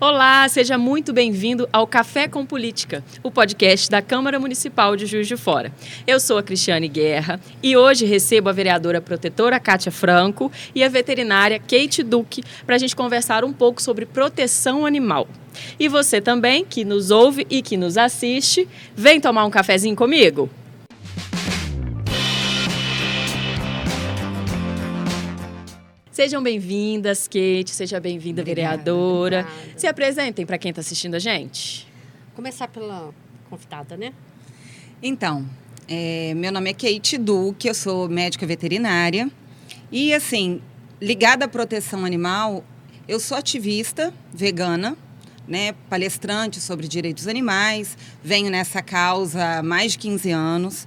Olá, seja muito bem-vindo ao Café com Política, o podcast da Câmara Municipal de Juiz de Fora. Eu sou a Cristiane Guerra e hoje recebo a vereadora protetora Kátia Franco e a veterinária Kate Duque para a gente conversar um pouco sobre proteção animal. E você também, que nos ouve e que nos assiste, vem tomar um cafezinho comigo? Sejam bem-vindas, Kate, seja bem-vinda, vereadora. Obrigada. Se apresentem para quem está assistindo a gente. Começar pela convidada, né? Então, meu nome é Kate Duque, eu sou médica veterinária. E, assim, ligada à proteção animal, eu sou ativista vegana, né, palestrante sobre direitos animais, venho nessa causa há mais de 15 anos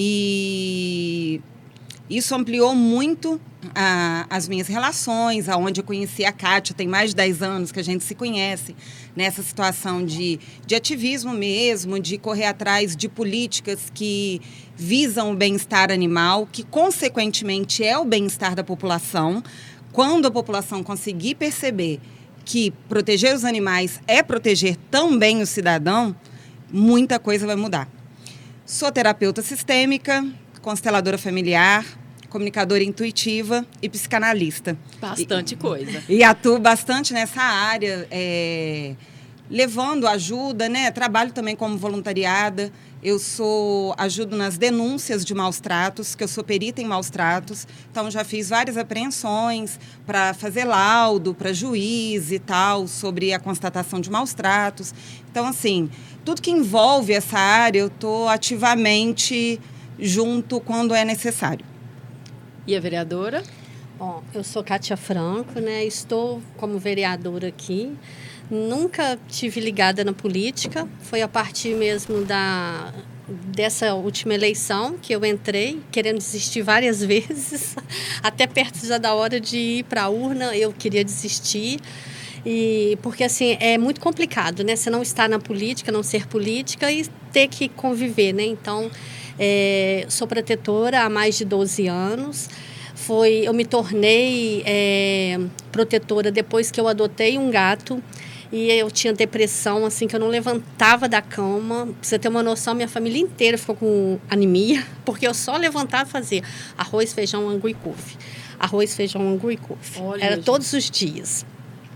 e isso ampliou muito as minhas relações, aonde eu conheci a Kátia, tem mais de 10 anos que a gente se conhece, nessa situação de ativismo mesmo, de correr atrás de políticas que visam o bem-estar animal, que consequentemente é o bem-estar da população. Quando a população conseguir perceber que proteger os animais é proteger também o cidadão, muita coisa vai mudar. Sou terapeuta sistêmica, consteladora familiar, comunicadora intuitiva e psicanalista. Bastante coisa. E atuo bastante nessa área, levando ajuda, né? Trabalho também como voluntariada. Eu ajudo nas denúncias de maus tratos, que eu sou perita em maus tratos. Então, já fiz várias apreensões para fazer laudo para juiz e tal, sobre a constatação de maus tratos. Então, assim, tudo que envolve essa área, eu estou ativamente junto quando é necessário. E a vereadora? Bom, eu sou Kátia Franco, né? Estou como vereadora aqui. Nunca tive ligada na política. Foi a partir mesmo dessa última eleição que eu entrei, querendo desistir várias vezes. Até perto já da hora de ir para a urna, eu queria desistir. Porque, assim, é muito complicado, né? Você não estar na política, não ser política e ter que conviver, né? Então, sou protetora há mais de 12 anos. Eu me tornei protetora depois que eu adotei um gato. E eu tinha depressão, assim, que eu não levantava da cama. Pra você ter uma noção, minha família inteira ficou com anemia, porque eu só levantava e fazia arroz, feijão, angu e couve. Arroz, feijão, angu e couve. Era todos os dias.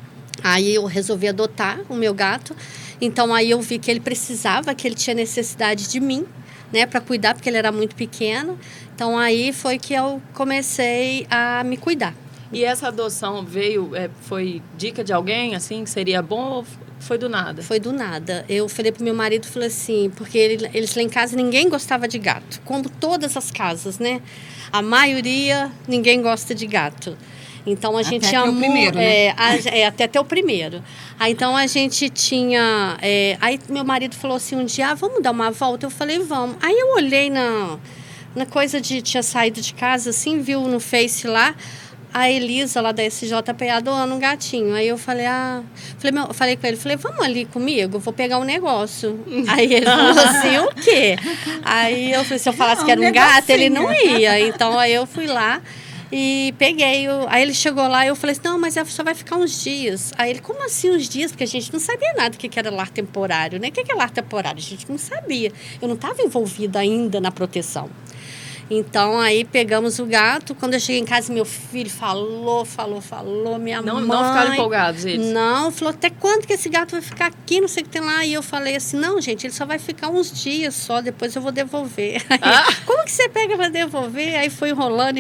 Aí eu resolvi adotar o meu gato. Então, aí eu vi que ele precisava, que ele tinha necessidade de mim, né, para cuidar, porque ele era muito pequeno. Então, aí foi que eu comecei a me cuidar. E essa adoção foi dica de alguém, assim, que seria bom ou foi do nada? Foi do nada. Eu falei pro meu marido, falei assim, porque eles lá em casa, ninguém gostava de gato. Como todas as casas, né? A maioria, ninguém gosta de gato. Então, a gente amou... Até o primeiro, né? Até o primeiro. Aí, então, a gente tinha... aí, meu marido falou assim, um dia, vamos dar uma volta? Eu falei, vamos. Aí, eu olhei na coisa tinha saído de casa, assim, viu no Face lá, a Elisa, lá da SJPA, doando um gatinho. Aí, eu falei, falei com ele, vamos ali comigo? Vou pegar um negócio. Aí, ele falou assim, o quê? Aí, eu falei, se eu falasse que era um gato, ele não ia. Então, aí, eu fui lá. E peguei, aí ele chegou lá e eu falei assim, não, mas só vai ficar uns dias. Aí ele, como assim uns dias? Porque a gente não sabia nada do que era lar temporário, né? O que é lar temporário? A gente não sabia. Eu não estava envolvida ainda na proteção. Então, aí pegamos o gato. Quando eu cheguei em casa, meu filho falou, minha mãe... Não ficaram empolgados eles? Não, falou, até quando que esse gato vai ficar aqui, não sei o que tem lá. E eu falei assim, não, gente, ele só vai ficar uns dias só, depois eu vou devolver. Aí, como que você pega para devolver? Aí foi enrolando,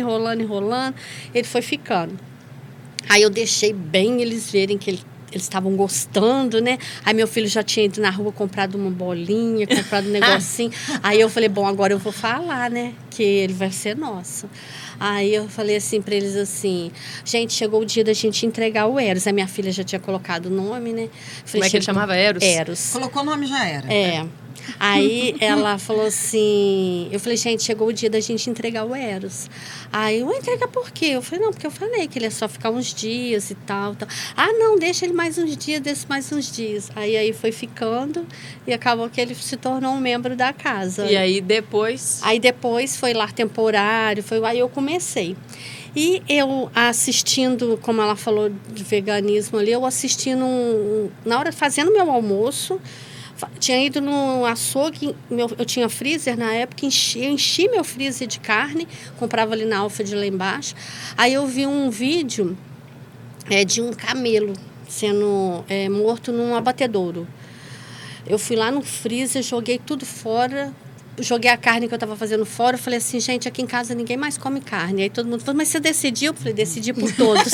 ele foi ficando. Aí eu deixei bem eles verem que eles estavam gostando, né? Aí meu filho já tinha ido na rua, comprado uma bolinha, comprado um negocinho. Aí eu falei, bom, agora eu vou falar, né? Que ele vai ser nosso. Aí eu falei assim para eles assim, gente, chegou o dia da gente entregar o Eros. A minha filha já tinha colocado o nome, né? Falei, como é que ele chamava? Eros? Eros. Colocou o nome, já era. Aí ela falou assim, eu falei, gente, chegou o dia da gente entregar o Eros. Aí, entregar por quê? Eu falei, não, porque eu falei que ele ia só ficar uns dias e tal. Ah, não, deixa ele mais uns dias. Aí foi ficando e acabou que ele se tornou um membro da casa. E aí depois? Aí depois foi lar temporário, aí eu comecei. E eu assistindo, como ela falou de veganismo ali, eu assistindo, na hora fazendo meu almoço, tinha ido no açougue, eu tinha freezer na época, enchi meu freezer de carne, comprava ali na Alfa de lá embaixo. Aí eu vi um vídeo de um camelo sendo morto num abatedouro. Eu fui lá no freezer, joguei tudo fora, joguei a carne que eu estava fazendo fora. Eu falei assim, gente, aqui em casa ninguém mais come carne. Aí todo mundo falou, mas você decidiu? Eu falei, decidi por todos.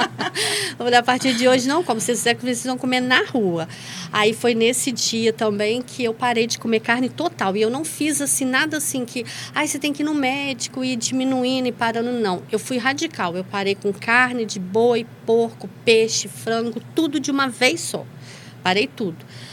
Eu falei, a partir de hoje não como, vocês precisam comer na rua. Aí foi nesse dia também que eu parei de comer carne total. E eu não fiz assim, nada assim que, você tem que ir no médico e ir diminuindo e parando. Não, eu fui radical. Eu parei com carne de boi, porco, peixe, frango, tudo de uma vez só. Parei tudo.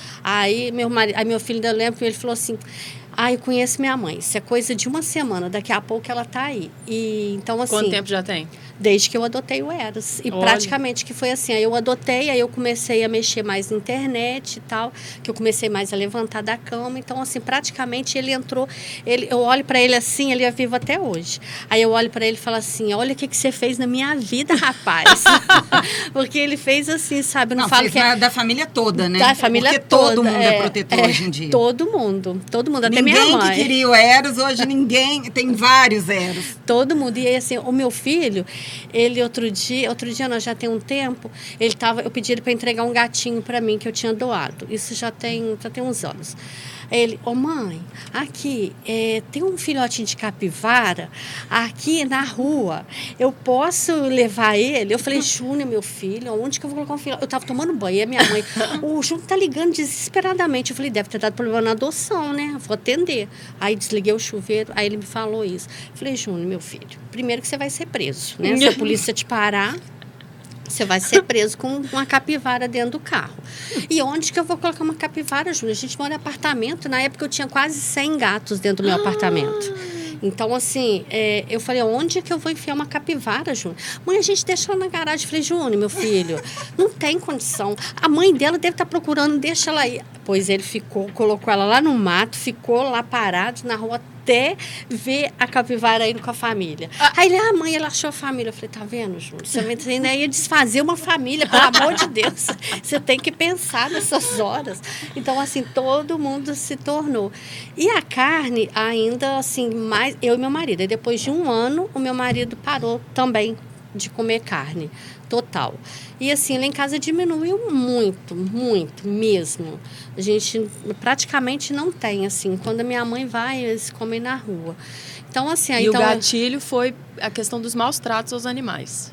Aí meu filho ainda lembra que ele falou assim, eu conheço minha mãe, isso é coisa de uma semana, daqui a pouco ela tá aí. E, então, assim, quanto tempo já tem? Desde que eu adotei o Eros. E praticamente que foi assim, aí eu adotei, aí eu comecei a mexer mais na internet e tal, que eu comecei mais a levantar da cama. Então, assim, praticamente ele entrou, eu olho para ele assim, ele é vivo até hoje. Aí eu olho para ele e falo assim, olha o que você fez na minha vida, rapaz. Porque ele fez assim, sabe? Eu não falo fez que da família toda, né? Da família porque toda. Todo mundo é protetor hoje em dia. Todo mundo, até minha mãe. Ninguém que queria o Eros, hoje ninguém, tem vários Eros. Todo mundo. E aí, assim, o meu filho, ele outro dia nós já tem um tempo, eu pedi ele para entregar um gatinho para mim que eu tinha doado. Isso já tem uns anos. Ele, mãe, aqui tem um filhotinho de capivara aqui na rua, eu posso levar ele? Eu falei, Júnior, meu filho, onde que eu vou colocar um filhote? Eu estava tomando banho, e a minha mãe, o Júnior tá ligando desesperadamente. Eu falei, deve ter dado problema na adoção, né? Vou atender. Aí desliguei o chuveiro, aí ele me falou isso. Eu falei, Júnior, meu filho, primeiro que você vai ser preso, né? Se a polícia te parar, você vai ser preso com uma capivara dentro do carro. E onde que eu vou colocar uma capivara, Júnior? A gente mora em apartamento. Na época eu tinha quase 100 gatos dentro do meu apartamento. Então, assim, eu falei, onde que eu vou enfiar uma capivara, Júnior? Mãe, a gente deixa ela na garagem. Eu falei, Júnior, meu filho, não tem condição. A mãe dela deve estar procurando, deixa ela aí. Pois ele colocou ela lá no mato, ficou lá parado na rua até ver a capivara indo com a família. Aí ele, mãe, ela achou a família. Eu falei, tá vendo, Júnior? Você ainda ia desfazer uma família, pelo amor de Deus. Você tem que pensar nessas horas. Então, assim, todo mundo se tornou. E a carne ainda, assim, mais eu e meu marido. E depois de um ano, o meu marido parou também de comer carne. Total. E assim, lá em casa diminuiu muito, muito mesmo. A gente praticamente não tem, assim. Quando a minha mãe vai, eles comem na rua. Então, assim... E o gatilho foi a questão dos maus tratos aos animais.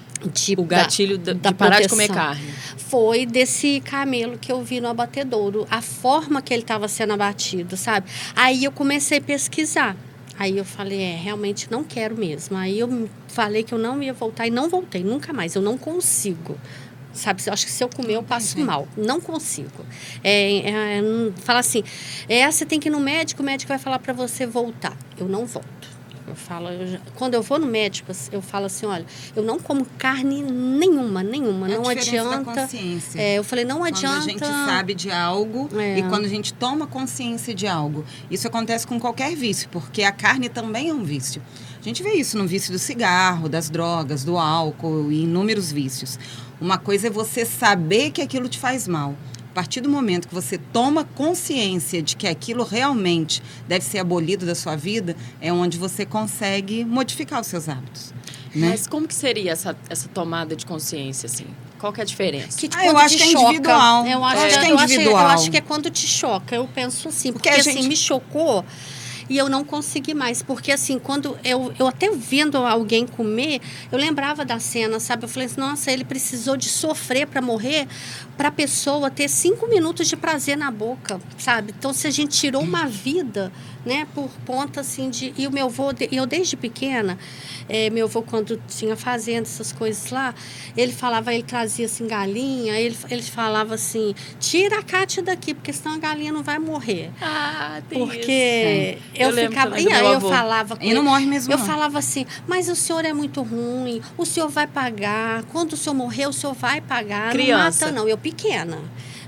O gatilho de parar de comer carne. Foi desse camelo que eu vi no abatedouro. A forma que ele estava sendo abatido, sabe? Aí eu comecei a pesquisar. Aí eu falei, realmente não quero mesmo. Aí eu falei que eu não ia voltar e não voltei, nunca mais. Eu não consigo, sabe? Eu acho que se eu comer eu passo mal. Não consigo. Fala assim, você tem que ir no médico, o médico vai falar para você voltar. Eu não volto. Quando eu vou no médico, eu falo assim, olha, eu não como carne nenhuma, não adianta. Da consciência. Eu falei, não adianta. Quando a gente sabe de algo e quando a gente toma consciência de algo. Isso acontece com qualquer vício, porque a carne também é um vício. A gente vê isso no vício do cigarro, das drogas, do álcool e inúmeros vícios. Uma coisa é você saber que aquilo te faz mal. A partir do momento que você toma consciência de que aquilo realmente deve ser abolido da sua vida, é onde você consegue modificar os seus hábitos. Né? Mas como que seria essa tomada de consciência, assim? Qual que é a diferença? Eu acho que é individual. Eu acho que é quando te choca. Eu penso assim, porque assim, me chocou... E eu não consegui mais, porque assim, quando eu até vendo alguém comer, eu lembrava da cena, sabe? Eu falei assim, nossa, ele precisou de sofrer para morrer, para a pessoa ter 5 minutos de prazer na boca, sabe? Então, se a gente tirou uma vida, né, por conta assim de... E o meu avô, eu desde pequena, meu avô quando tinha fazenda, essas coisas lá, ele trazia assim galinha, ele falava assim, tira a Kátia daqui, porque senão a galinha não vai morrer. Tem porque isso. Eu ficava, e aí eu falava com ele, não morre mesmo. Eu falava assim, mas o senhor é muito ruim, o senhor vai pagar, quando o senhor morrer, o senhor vai pagar. Criança. Não mata, não. Eu pequena.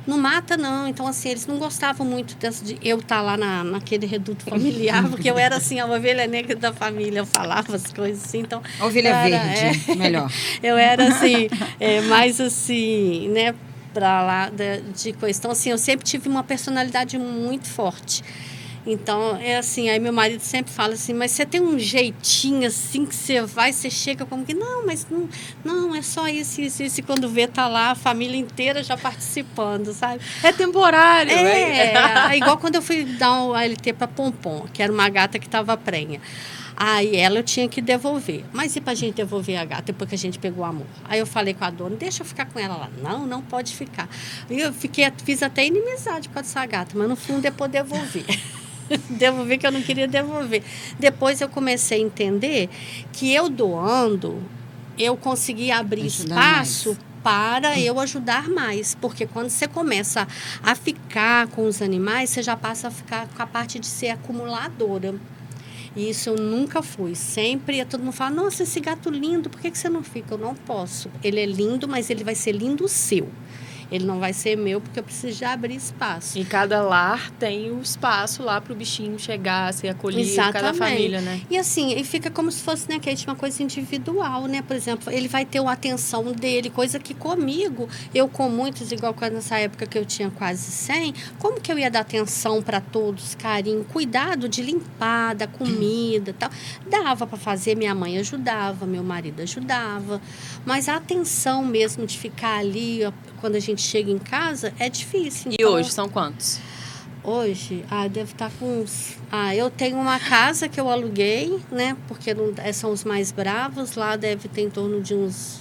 Não mata, não. Então, assim, eles não gostavam muito de eu estar lá naquele reduto familiar, porque eu era, assim, a ovelha negra da família, eu falava as coisas assim, então... Ovelha verde, melhor. Eu era, assim, mais, assim, né, para lá de coisa. Então, assim, eu sempre tive uma personalidade muito forte. Então, é assim, aí meu marido sempre fala assim, mas você tem um jeitinho assim que você chega como que, não, mas não é só isso. E quando vê, tá lá a família inteira já participando, sabe? É temporário, é igual quando eu fui dar o ALT para Pompom, que era uma gata que estava prenha. Aí ela eu tinha que devolver. Mas e pra gente devolver a gata depois que a gente pegou o amor? Aí eu falei com a dona, deixa eu ficar com ela lá. Não pode ficar. E eu fiz até inimizade com essa gata, mas no fundo depois devolvi. Devolver que eu não queria devolver. Depois eu comecei a entender que eu doando, eu consegui abrir espaço para eu ajudar mais. Porque quando você começa a ficar com os animais, você já passa a ficar com a parte de ser acumuladora. E isso eu nunca fui. Sempre todo mundo fala, nossa, esse gato lindo, por que você não fica? Eu não posso. Ele é lindo, mas ele vai ser lindo seu. Ele não vai ser meu porque eu preciso de abrir espaço. E cada lar tem o espaço lá para o bichinho chegar, ser acolhido, exatamente. Cada família, né? E assim, e fica como se fosse, né, Kate, uma coisa individual, né? Por exemplo, ele vai ter a atenção dele, coisa que comigo, eu com muitos, igual nessa época que eu tinha quase 100, como que eu ia dar atenção para todos, carinho, cuidado de limpar, da comida e tal. Dava para fazer, minha mãe ajudava, meu marido ajudava, mas a atenção mesmo de ficar ali, quando a gente chega em casa, é difícil. E então, hoje são quantos? Hoje, deve estar com uns... eu tenho uma casa que eu aluguei, né? Porque são os mais bravos. Lá deve ter em torno de uns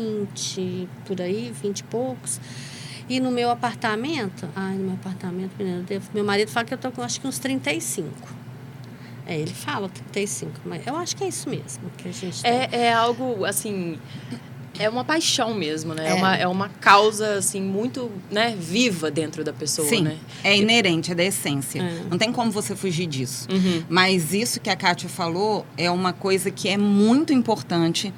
20, por aí, 20 e poucos. E no meu apartamento... no meu apartamento, meu marido fala que eu estou com, acho que uns 35. Ele fala 35, mas eu acho que é isso mesmo que a gente tem. É algo, assim... É uma paixão mesmo, né? É uma causa, assim, muito, né, viva dentro da pessoa, sim, né? É inerente, é da essência. Não tem como você fugir disso. Mas isso que a Kátia falou é uma coisa que é muito importante,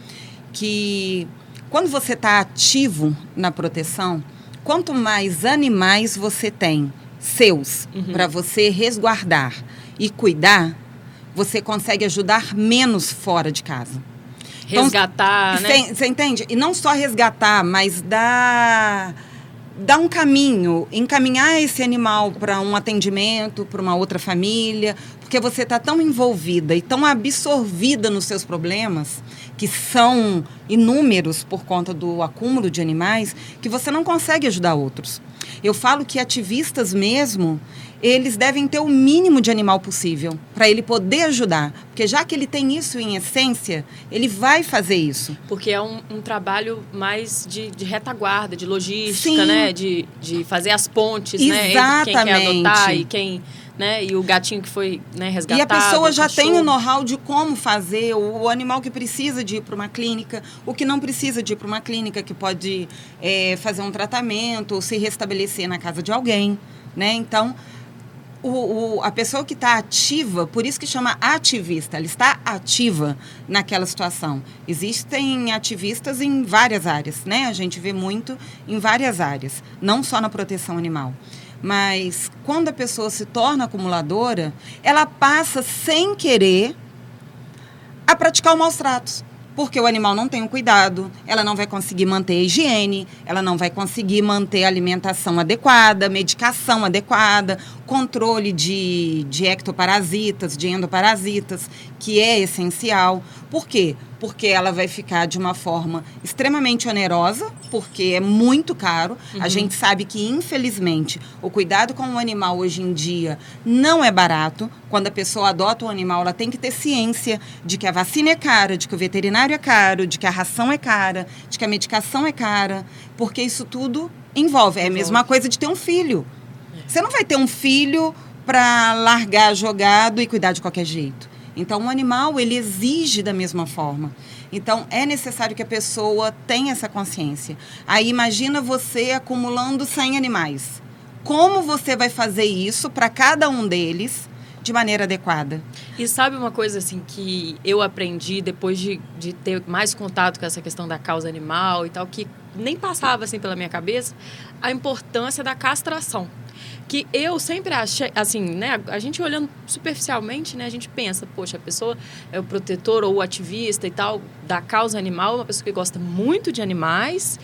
que quando você está ativo na proteção, quanto mais animais você tem, seus, para você resguardar e cuidar, você consegue ajudar menos fora de casa. Resgatar, então, né? Você entende? E não só resgatar, mas dar um caminho, encaminhar esse animal para um atendimento, para uma outra família, porque você está tão envolvida e tão absorvida nos seus problemas, que são inúmeros por conta do acúmulo de animais, que você não consegue ajudar outros. Eu falo que ativistas mesmo, eles devem ter o mínimo de animal possível para ele poder ajudar. Porque já que ele tem isso em essência, ele vai fazer isso. Porque é um trabalho mais de retaguarda, de logística, sim, né? De fazer as pontes, exatamente, né? Entre quem quer adotar e quem... Né? E o gatinho que foi, né, resgatado. E a pessoa já cachorro. tem o know-how de como fazer, o animal que precisa de ir para uma clínica, o que não precisa de ir para uma clínica, que pode fazer um tratamento ou se restabelecer na casa de alguém, né? Então, a pessoa que está ativa, por isso que chama ativista, ela está ativa naquela situação. Existem ativistas em várias áreas, né? A gente vê muito em várias áreas, não só na proteção animal. Mas quando a pessoa se torna acumuladora, ela passa sem querer a praticar os maus tratos. Porque o animal não tem o cuidado, ela não vai conseguir manter a higiene, ela não vai conseguir manter a alimentação adequada, medicação adequada, controle de ectoparasitas, de endoparasitas, que é essencial. Por quê? Porque ela vai ficar de uma forma extremamente onerosa, porque é muito caro. A gente sabe que, infelizmente, o cuidado com o animal hoje em dia não é barato. Quando a pessoa adota um animal, ela tem que ter ciência de que a vacina é cara, de que o veterinário é caro, de que a ração é cara, de que a medicação é cara, porque isso tudo envolve. É a mesma coisa de ter um filho. Você não vai ter um filho para largar jogado e cuidar de qualquer jeito. Então, o animal, ele exige da mesma forma. Então, é necessário que a pessoa tenha essa consciência. Aí, imagina você acumulando 100 animais. Como você vai fazer isso para cada um deles de maneira adequada? E sabe uma coisa, assim, que eu aprendi depois de ter mais contato com essa questão da causa animal e tal, que nem passava assim pela minha cabeça a importância da castração. Que eu sempre achei, assim, né, a gente olhando superficialmente, né, a gente pensa, poxa, a pessoa é o protetor ou o ativista e tal da causa animal, uma pessoa que gosta muito de animais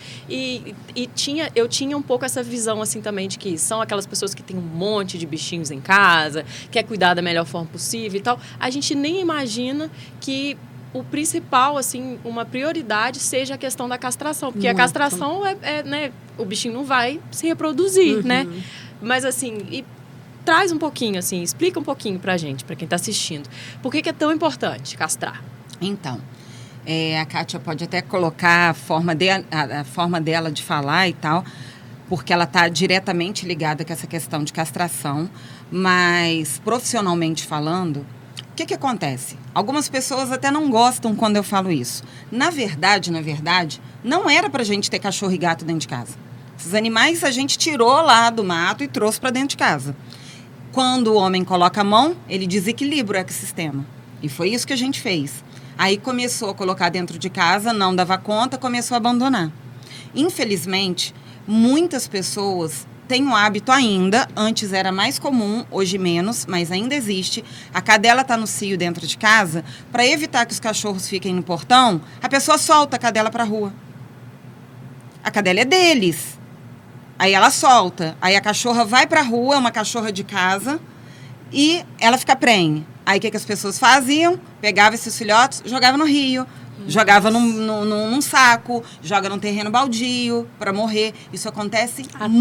eu tinha um pouco essa visão, assim, também de que são aquelas pessoas que têm um monte de bichinhos em casa, quer cuidar da melhor forma possível e tal. A gente nem imagina que o principal, assim, uma prioridade seja a questão da castração, porque muito. A castração né, o bichinho não vai se reproduzir, né? Mas, assim, traz um pouquinho, assim, explica um pouquinho pra gente, pra quem tá assistindo. Por que é tão importante castrar? Então, a Kátia pode até colocar a forma dela de falar e tal, porque ela tá diretamente ligada com essa questão de castração, mas profissionalmente falando, o que acontece? Algumas pessoas até não gostam quando eu falo isso. Na verdade, não era pra gente ter cachorro e gato dentro de casa. Esses animais a gente tirou lá do mato e trouxe para dentro de casa. Quando o homem coloca a mão, ele desequilibra o ecossistema. E foi isso que a gente fez. Aí começou a colocar dentro de casa, não dava conta, começou a abandonar. Infelizmente, muitas pessoas têm o hábito ainda, antes era mais comum, hoje menos, mas ainda existe. A cadela está no cio dentro de casa, para evitar que os cachorros fiquem no portão, a pessoa solta a cadela para a rua. A cadela é deles. Aí ela solta. Aí a cachorra vai pra rua, é uma cachorra de casa, e ela fica prenhe. Aí o que as pessoas faziam? Pegavam esses filhotes, jogavam no rio, jogava num saco, joga num terreno baldio para morrer. Isso acontece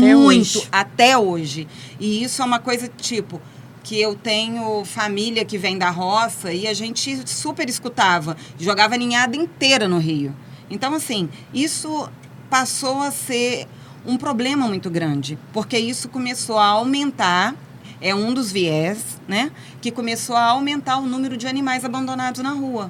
até hoje. E isso é uma coisa tipo que eu tenho família que vem da roça e a gente super escutava. Jogava a ninhada inteira no rio. Então, assim, isso passou a ser um problema muito grande, porque isso começou a aumentar, é um dos viés, né, que começou a aumentar o número de animais abandonados na rua.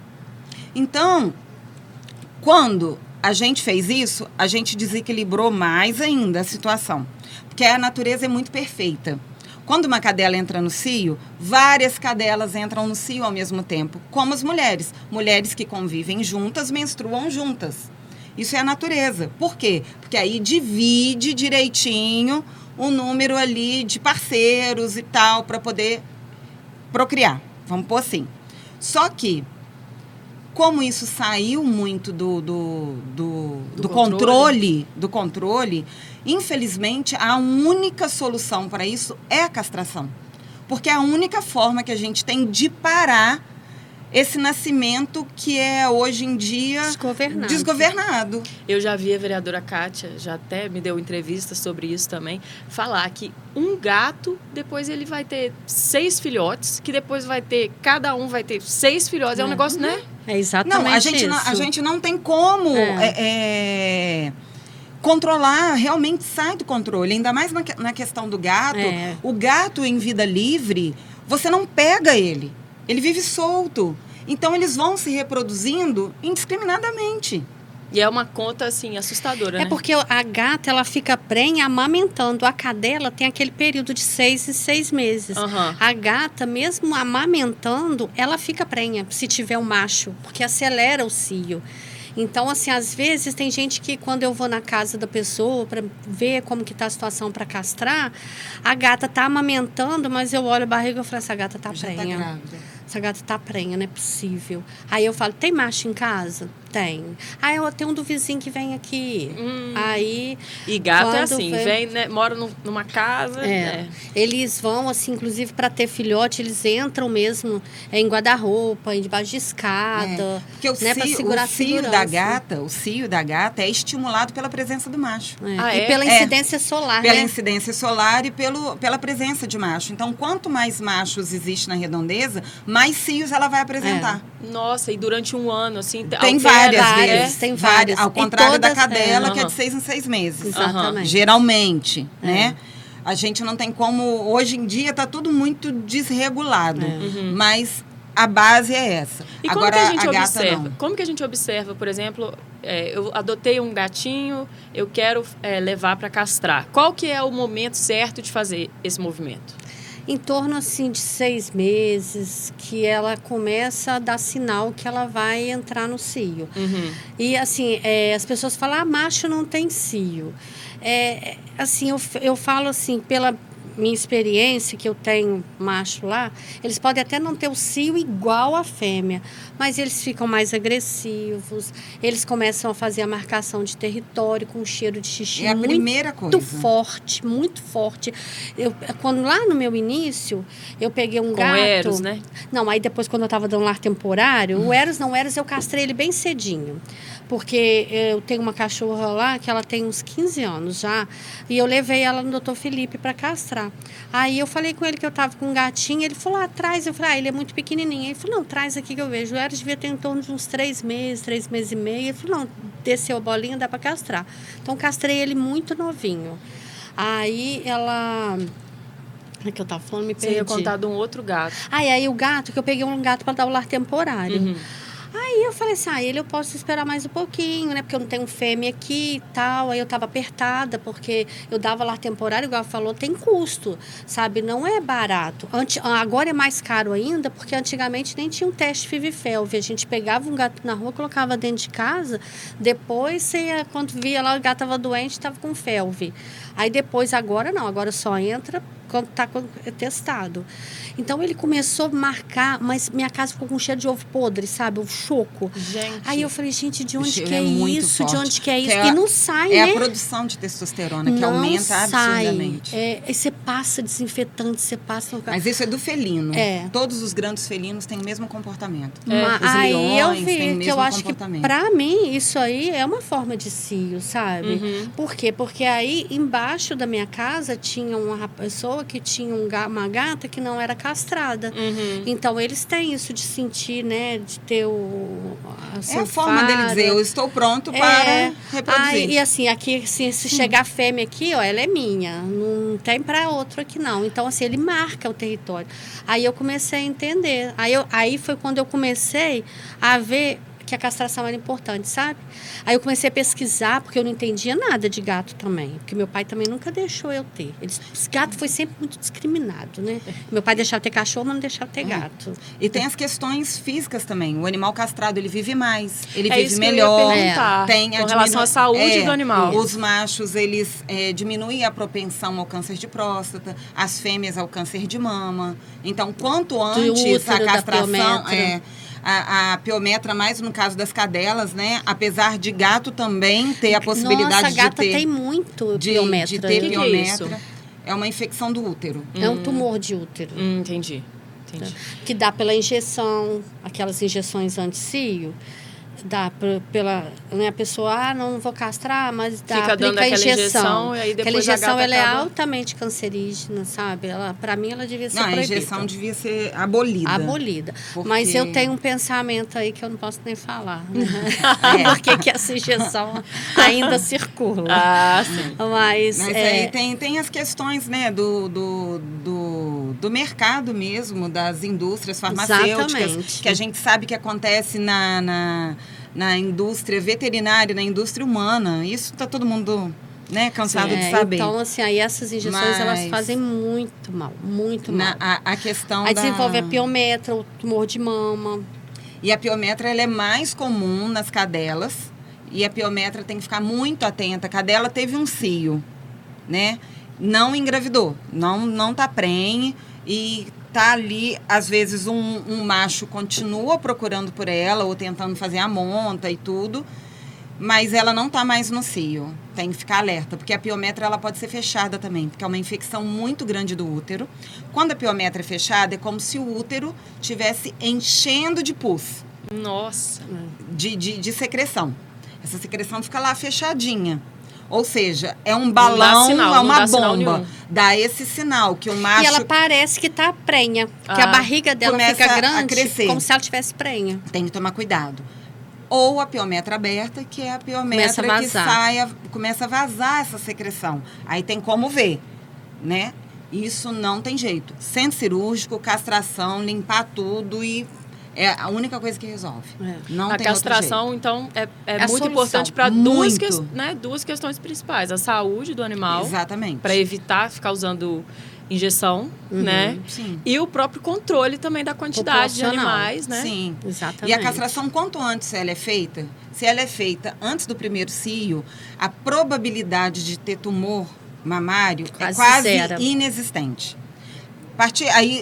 Então, quando a gente fez isso, a gente desequilibrou mais ainda a situação, porque a natureza é muito perfeita. Quando uma cadela entra no cio, várias cadelas entram no cio ao mesmo tempo, como as mulheres. Mulheres que convivem juntas, menstruam juntas. Isso é a natureza. Por quê? Porque aí divide direitinho o número ali de parceiros e tal, para poder procriar. Vamos pôr assim. Só que, como isso saiu muito do controle, infelizmente, a única solução para isso é a castração. Porque é a única forma que a gente tem de parar esse nascimento que é, hoje em dia, desgovernado. Eu já vi a vereadora Kátia, já até me deu entrevista sobre isso também, falar que um gato, depois ele vai ter 6 filhotes, que depois cada um vai ter 6 filhotes. É um negócio, né? É exatamente isso. A gente não tem como controlar, realmente sai do controle. Ainda mais na questão do gato. O gato em vida livre, você não pega ele. Ele vive solto. Então, eles vão se reproduzindo indiscriminadamente. E é uma conta, assim, assustadora, né? É porque a gata, ela fica prenha amamentando. A cadela tem aquele período de 6 e 6 meses. A gata, mesmo amamentando, ela fica prenha, se tiver um macho, porque acelera o cio. Então, assim, às vezes tem gente que, quando eu vou na casa da pessoa para ver como que tá a situação para castrar, a gata tá amamentando, mas eu olho a barriga e falo, essa gata tá prenha. Tá grávida. Essa gata tá prenha, não é possível. Aí eu falo, tem macho em casa? Tem. Aí eu tenho um do vizinho que vem aqui. Aí, e gato é assim, vem, né, mora numa casa. Eles vão, assim, inclusive para ter filhote, eles entram mesmo em guarda-roupa, debaixo de escada. Porque o cio da gata é estimulado pela presença do macho. E pela incidência solar, Pela incidência solar e pela presença de macho. Então, quanto mais machos existe na redondeza, mais cios ela vai apresentar. Nossa, e durante um ano, assim... Tem várias vezes. Tem várias. Ao contrário da cadela, que é de 6 em 6 meses. Exatamente. Geralmente, né? A gente não tem como... Hoje em dia está tudo muito desregulado. Mas a base é essa. E agora, como que a gente gata observa? não. Como que a gente observa, por exemplo, eu adotei um gatinho, eu quero levar para castrar. Qual que é o momento certo de fazer esse movimento? Em torno, assim, de 6 meses, que ela começa a dar sinal que ela vai entrar no cio. E, assim, as pessoas falam, macho não tem cio. Assim, eu falo, assim, pela minha experiência, que eu tenho macho lá, eles podem até não ter o cio igual à fêmea, mas eles ficam mais agressivos, eles começam a fazer a marcação de território com cheiro de xixi a primeira muito coisa. forte, muito forte. Quando lá no meu início, eu peguei um gato... Com Eros, né? Não, aí depois quando eu estava dando lar temporário, o Eros eu castrei ele bem cedinho. Porque eu tenho uma cachorra lá que ela tem uns 15 anos já, e eu levei ela no Dr. Felipe para castrar. Aí eu falei com ele que eu tava com um gatinho, ele falou, traz. Eu falei, ele é muito pequenininho. Ele falou, não, traz aqui que eu vejo. O Eros devia ter em torno de uns 3 meses e meio. Ele falou, não, desceu a bolinha, dá para castrar. Então, castrei ele muito novinho. Aí ela... O que eu tava falando, me perdi. Você ia contar de um outro gato. Aí o gato, que eu peguei um gato para dar o lar temporário. Aí eu falei assim, ele eu posso esperar mais um pouquinho, né? Porque eu não tenho fêmea aqui e tal. Aí eu tava apertada, porque eu dava lar temporário, igual ela falou, tem custo, sabe? Não é barato. Agora é mais caro ainda, porque antigamente nem tinha um teste FIV-FeLV. A gente pegava um gato na rua, colocava dentro de casa, depois, quando via lá, o gato tava doente, tava com FeLV. Aí depois, agora não, agora só entra quando está testado. Então, ele começou a marcar, mas minha casa ficou com cheiro de ovo podre, sabe? O choco. Gente. Aí eu falei, gente, de onde que é isso? De onde que é isso? E não sai, né? É a produção de testosterona que aumenta absurdamente. E você passa desinfetante, você passa... Mas isso é do felino. É. Todos os grandes felinos têm o mesmo comportamento. Os aí leões têm o mesmo que eu acho que, comportamento. pra mim, isso aí é uma forma de cio, sabe? Por quê? Porque aí, embaixo da minha casa, tinha uma pessoa que tinha uma gata que não era castrada. Então, eles têm isso de sentir, né? De ter a forma dele dizer, eu estou pronto para reproduzir. E assim, aqui, se chegar a fêmea aqui, ela é minha. Não tem para outro aqui, não. Então, assim, ele marca o território. Aí eu comecei a entender. Aí foi quando eu comecei a ver que a castração era importante, sabe? Aí eu comecei a pesquisar, porque eu não entendia nada de gato também. Porque meu pai também nunca deixou eu ter. Gato foi sempre muito discriminado, né? Meu pai deixava ter cachorro, mas não deixava ter gato. E tem as questões físicas também. O animal castrado, ele vive mais, ele vive isso melhor. Que eu ia perguntar, com relação à saúde do animal. Os machos, eles diminuem a propensão ao câncer de próstata, as fêmeas ao câncer de mama. Então, quanto antes a castração... A piometra, mais no caso das cadelas, né? Apesar de gato também ter a possibilidade de ter... tem muito piometra. De ter piometra. É uma infecção do útero. É um tumor de útero. Entendi. Que dá pela injeção, aquelas injeções anti-cio. Dá pela... Né, a pessoa, não vou castrar, mas fica dando aquela injeção e aí depois aquela injeção, ela acaba... é altamente cancerígena, sabe? Para mim, ela devia ser proibida. A injeção devia ser abolida. Porque... Mas eu tenho um pensamento aí que eu não posso nem falar. Né? Porque que essa injeção ainda circula. Sim. Mas aí tem as questões, né, do mercado mesmo, das indústrias farmacêuticas. Exatamente. Que a gente sabe que acontece na indústria veterinária, na indústria humana. Isso está todo mundo, né, cansado de saber. Então, assim, aí essas injeções, elas fazem muito mal, muito mal. A questão aí desenvolve a piometra, o tumor de mama. E a piometra, ela é mais comum nas cadelas. E a piometra tem que ficar muito atenta. A cadela teve um cio, né? Não engravidou, não tá prenhe e tá ali, às vezes um macho continua procurando por ela ou tentando fazer a monta e tudo, mas ela não tá mais no cio. Tem que ficar alerta, porque a piometra ela pode ser fechada também, porque é uma infecção muito grande do útero. Quando a piometra é fechada, é como se o útero estivesse enchendo de pus. Nossa! De secreção. Essa secreção fica lá fechadinha. Ou seja, é um balão, é uma bomba. Dá esse sinal que o macho... E ela parece que tá prenha. Que a barriga dela fica grande, como se ela tivesse prenha. Tem que tomar cuidado. Ou a piometra aberta, que é a piometra que começa a vazar essa secreção. Aí tem como ver, né? Isso não tem jeito. Centro cirúrgico, castração, limpar tudo e... É a única coisa que resolve. Não tem castração, então, é muito importante para duas questões principais. A saúde do animal. Exatamente. Para evitar ficar usando injeção, né? Sim. E o próprio controle também da quantidade de animais, né? Sim. Exatamente. E a castração, quanto antes ela é feita, se ela é feita antes do primeiro cio, a probabilidade de ter tumor mamário é quase zero. inexistente. Aí,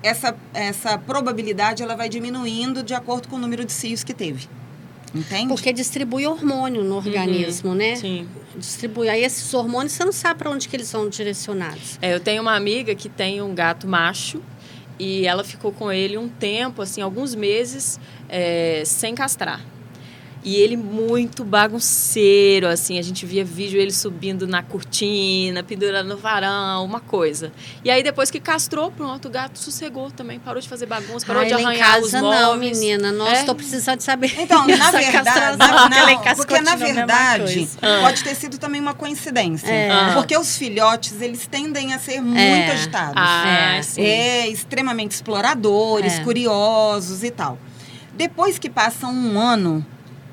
essa probabilidade ela vai diminuindo de acordo com o número de cios que teve. Entende? Porque distribui hormônio no organismo, né? Sim. Distribui. Aí esses hormônios, você não sabe para onde que eles são direcionados. Eu tenho uma amiga que tem um gato macho e ela ficou com ele um tempo, assim, alguns meses, sem castrar. E ele muito bagunceiro, assim, a gente via vídeo ele subindo na cortina, pendurando no varão, uma coisa. E aí depois que castrou, pronto, o gato sossegou também, parou de fazer bagunça, parou de arranhar os móveis. Não, menina, nossa, estou precisando de saber. Então, na verdade, porque na verdade coisa. pode ter sido também uma coincidência. Porque os filhotes, eles tendem a ser muito agitados. Sim. Extremamente exploradores, curiosos e tal. Depois que passa um ano,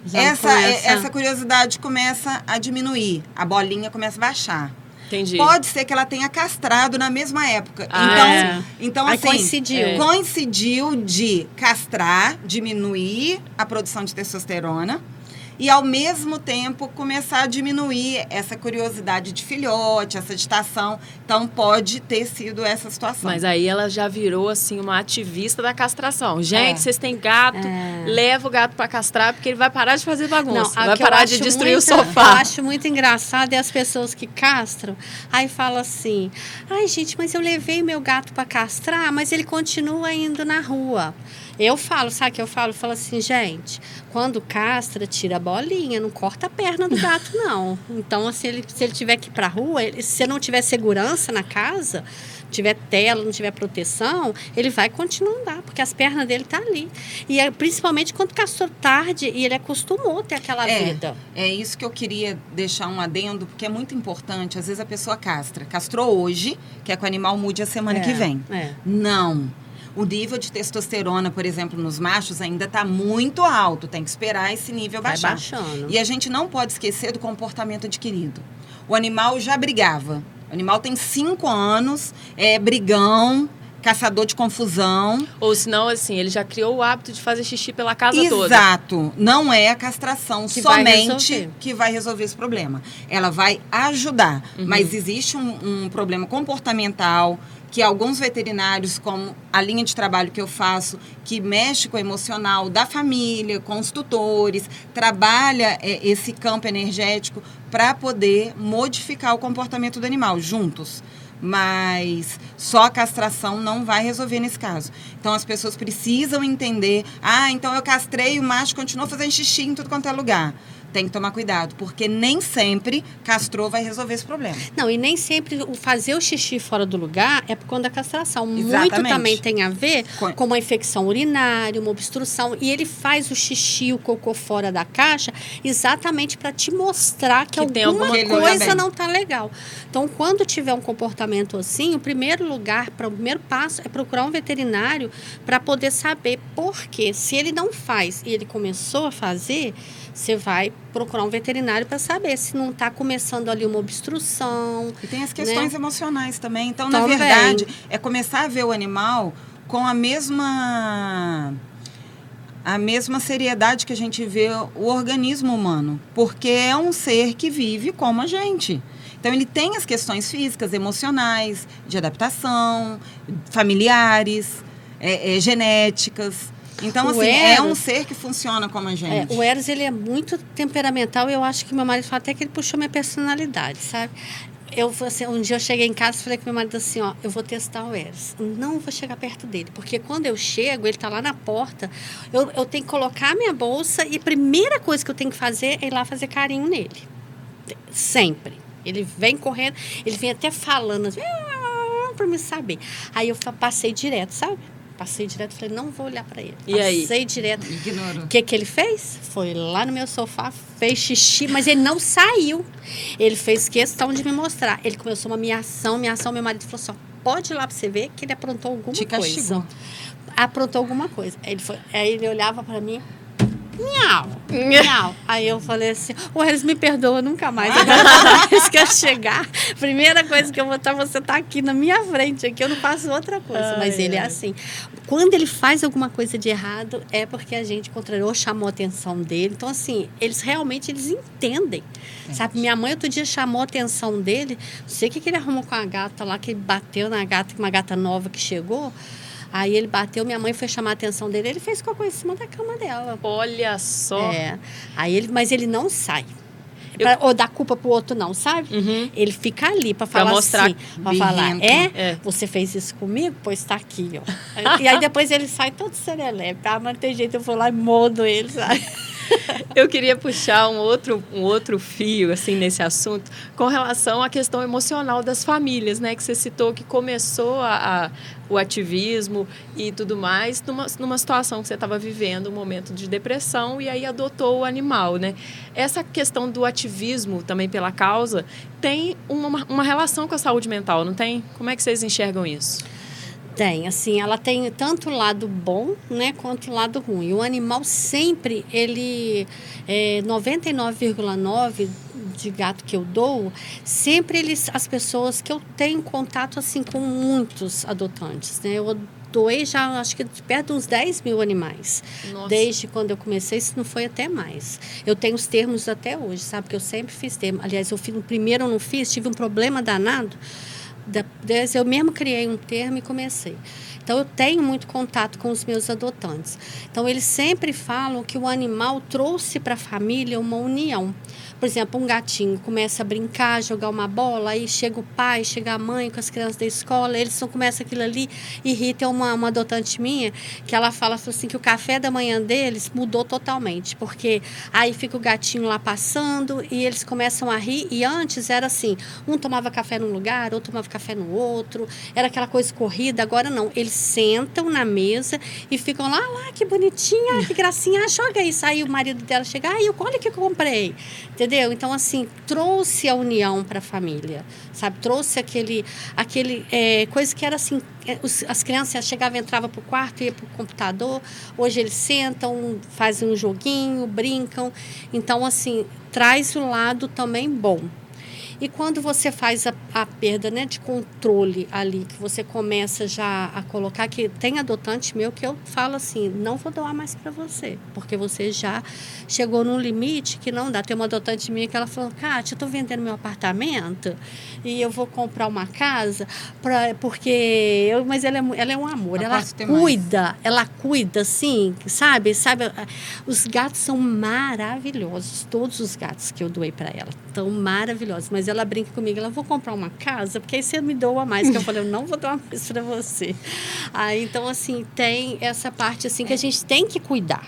essa curiosidade começa a diminuir, a bolinha começa a baixar. Entendi. Pode ser que ela tenha castrado na mesma época. Então aí assim, coincidiu de castrar, diminuir a produção de testosterona e, ao mesmo tempo, começar a diminuir essa curiosidade de filhote, essa agitação. Então, pode ter sido essa situação. Mas aí ela já virou, assim, uma ativista da castração. Gente, vocês têm gato, leva o gato para castrar, porque ele vai parar de fazer bagunça. Vai parar de destruir o sofá. Eu acho muito engraçado as pessoas que castram, aí falam assim, ai, gente, mas eu levei meu gato para castrar, mas ele continua indo na rua. Eu falo, sabe o que eu falo? Eu falo assim, gente, quando castra, tira a bolinha, não corta a perna do gato, não. Então, assim, se ele tiver que ir pra rua, se você não tiver segurança na casa, tiver tela, não tiver proteção, ele vai continuar a andar, porque as pernas dele tá ali. E principalmente quando castrou tarde e ele acostumou a ter aquela vida. É isso que eu queria deixar um adendo, porque é muito importante. Às vezes a pessoa castrou hoje, quer que o animal mude a semana que vem. Não. O nível de testosterona, por exemplo, nos machos ainda está muito alto. Tem que esperar esse nível baixar. Vai baixando. E a gente não pode esquecer do comportamento adquirido. O animal já brigava. O animal tem 5 anos, é brigão, caçador de confusão. Ou senão, assim, ele já criou o hábito de fazer xixi pela casa toda. Exato. Não é a castração somente que vai resolver esse problema. Ela vai ajudar. Mas existe um problema comportamental que alguns veterinários, como a linha de trabalho que eu faço, que mexe com o emocional da família, com os tutores, trabalha esse campo energético para poder modificar o comportamento do animal juntos. Mas só a castração não vai resolver nesse caso. Então, as pessoas precisam entender, então eu castrei, o macho continuou fazendo xixi em tudo quanto é lugar. Tem que tomar cuidado, porque nem sempre castrou vai resolver esse problema. Não, e nem sempre fazer o xixi fora do lugar é por conta da castração. Exatamente. Muito também tem a ver com uma infecção urinária, uma obstrução. E ele faz o xixi, o cocô fora da caixa, exatamente para te mostrar que alguma coisa não está legal. Então, quando tiver um comportamento assim, o primeiro passo é procurar um veterinário para poder saber por quê. Se ele não faz e ele começou a fazer, você vai procurar um veterinário para saber se não está começando ali uma obstrução. E tem as questões emocionais também. Então, na verdade, é começar a ver o animal com a mesma seriedade que a gente vê o organismo humano. Porque é um ser que vive como a gente. Então, ele tem as questões físicas, emocionais, de adaptação, familiares, genéticas. Então, assim, é um ser que funciona como a gente. O Eros, ele é muito temperamental e eu acho que meu marido fala até que ele puxou minha personalidade, sabe? Um dia eu cheguei em casa e falei com meu marido assim, eu vou testar o Eros. Não vou chegar perto dele, porque quando eu chego, ele tá lá na porta, eu tenho que colocar a minha bolsa e a primeira coisa que eu tenho que fazer é ir lá fazer carinho nele. Sempre. Ele vem correndo, ele vem até falando assim, pra me saber. Aí eu passei direto, sabe? Passei direto, falei, não vou olhar para ele. Passei direto. Ignorou. O que ele fez? Foi lá no meu sofá, fez xixi, mas ele não saiu. Ele fez questão de me mostrar. Ele começou uma ameação, meu marido falou assim, pode ir lá para você ver que ele aprontou alguma coisa. Aprontou alguma coisa. Aí ele olhava para mim, miau, miau. Aí eu falei assim, eles me perdoam nunca mais. Agora toda vez que eu chegar, primeira coisa que eu vou estar, você tá aqui na minha frente, aqui eu não faço outra coisa. Mas ele é assim. Quando ele faz alguma coisa de errado, é porque a gente contrariou, chamou a atenção dele. Então, assim, eles entendem. Sabe, minha mãe outro dia chamou a atenção dele, não sei o que ele arrumou com a gata lá, que ele bateu na gata, uma gata nova que chegou. Aí ele bateu, minha mãe foi chamar a atenção dele, ele fez cocô em cima da cama dela. Olha só. Mas ele não sai. Ou dar culpa pro outro, não, sabe? Uhum. Ele fica ali pra falar mostrar assim. Pra falar, você fez isso comigo? Pois tá aqui, ó. E aí depois ele sai todo serelepe. Mas tem jeito, eu vou lá e modo ele, sabe? Eu queria puxar um outro fio, assim, nesse assunto, com relação à questão emocional das famílias, né? Que você citou que começou o ativismo e tudo mais numa situação que você estava vivendo, um momento de depressão, e aí adotou o animal, né? Essa questão do ativismo também pela causa tem uma relação com a saúde mental, não tem? Como é que vocês enxergam isso? Tem, assim, ela tem tanto o lado bom, né, quanto o lado ruim. O animal sempre, ele, 99,9% de gato que eu dou, sempre as pessoas que eu tenho contato, assim, com muitos adotantes, né, eu doei já, acho que perto de uns 10 mil animais. Nossa. Desde quando eu comecei, se não foi até mais. Eu tenho os termos até hoje, sabe, que eu sempre fiz termo. Aliás, no primeiro eu não fiz, tive um problema danado. Eu mesmo criei um termo e comecei. Então, eu tenho muito contato com os meus adotantes. Então, eles sempre falam que o animal trouxe para a família uma união. Por exemplo, um gatinho começa a brincar, jogar uma bola, aí chega o pai, chega a mãe com as crianças da escola, eles começam aquilo ali, irrita uma adotante minha, que ela fala assim, que o café da manhã deles mudou totalmente, porque aí fica o gatinho lá passando e eles começam a rir, e antes era assim, um tomava café num lugar, outro tomava café no outro, era aquela coisa corrida, agora não, eles sentam na mesa e ficam lá, que bonitinha, que gracinha, joga isso, aí o marido dela chega, olha o que eu comprei, entendeu? Então, assim, trouxe a união para a família, sabe? Trouxe aquele coisa que era assim, as crianças chegavam, entravam para o quarto, iam para o computador, hoje eles sentam, fazem um joguinho, brincam, então, assim, traz o lado também bom. E quando você faz a perda, né, de controle ali, que você começa já a colocar, que tem adotante meu que eu falo assim, não vou doar mais para você, porque você já chegou num limite que não dá. Tem uma adotante minha que ela falou, Kátia, eu estou vendendo meu apartamento e eu vou comprar uma casa, mas ela é um amor, ela cuida, assim, sabe? Os gatos são maravilhosos, todos os gatos que eu doei para ela estão maravilhosos, mas ela brinca comigo, ela vou comprar uma casa, porque aí você me doa mais, que eu falei, eu não vou doar mais para você. Aí, então, assim, tem essa parte, assim, que a gente tem que cuidar.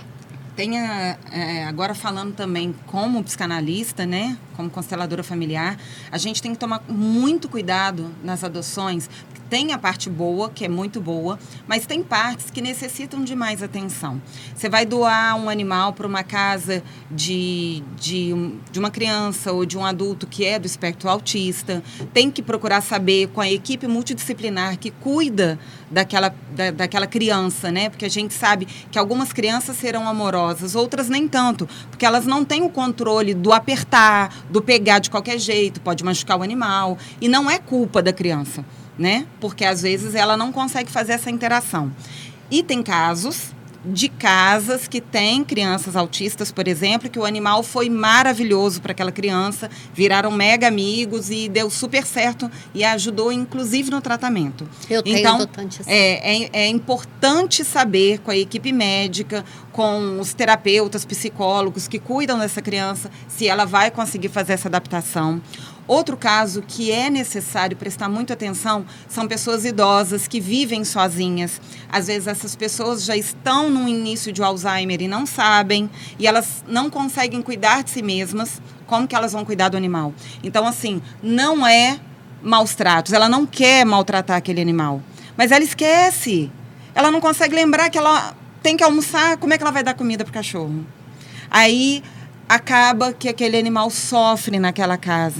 Agora falando também como psicanalista, né, como consteladora familiar, a gente tem que tomar muito cuidado nas adoções. Tem a parte boa, que é muito boa, mas tem partes que necessitam de mais atenção. Você vai doar um animal para uma casa de uma criança ou de um adulto que é do espectro autista, tem que procurar saber com a equipe multidisciplinar que cuida daquela criança, né? Porque a gente sabe que algumas crianças serão amorosas, outras nem tanto, porque elas não têm o controle do apertar, do pegar de qualquer jeito, pode machucar o animal, e não é culpa da criança, né? Porque às vezes ela não consegue fazer essa interação. E tem casos de casas que têm crianças autistas, por exemplo, que o animal foi maravilhoso para aquela criança, viraram mega amigos e deu super certo e ajudou inclusive no tratamento. Eu tenho adotante assim. É importante saber com a equipe médica, com os terapeutas, psicólogos que cuidam dessa criança, se ela vai conseguir fazer essa adaptação. Outro caso que é necessário prestar muita atenção são pessoas idosas que vivem sozinhas. Às vezes essas pessoas já estão no início de Alzheimer e não sabem, e elas não conseguem cuidar de si mesmas. Como que elas vão cuidar do animal? Então, assim, não é maus tratos, ela não quer maltratar aquele animal, mas ela esquece. Ela não consegue lembrar que ela tem que almoçar, como é que ela vai dar comida para o cachorro? Aí acaba que aquele animal sofre naquela casa.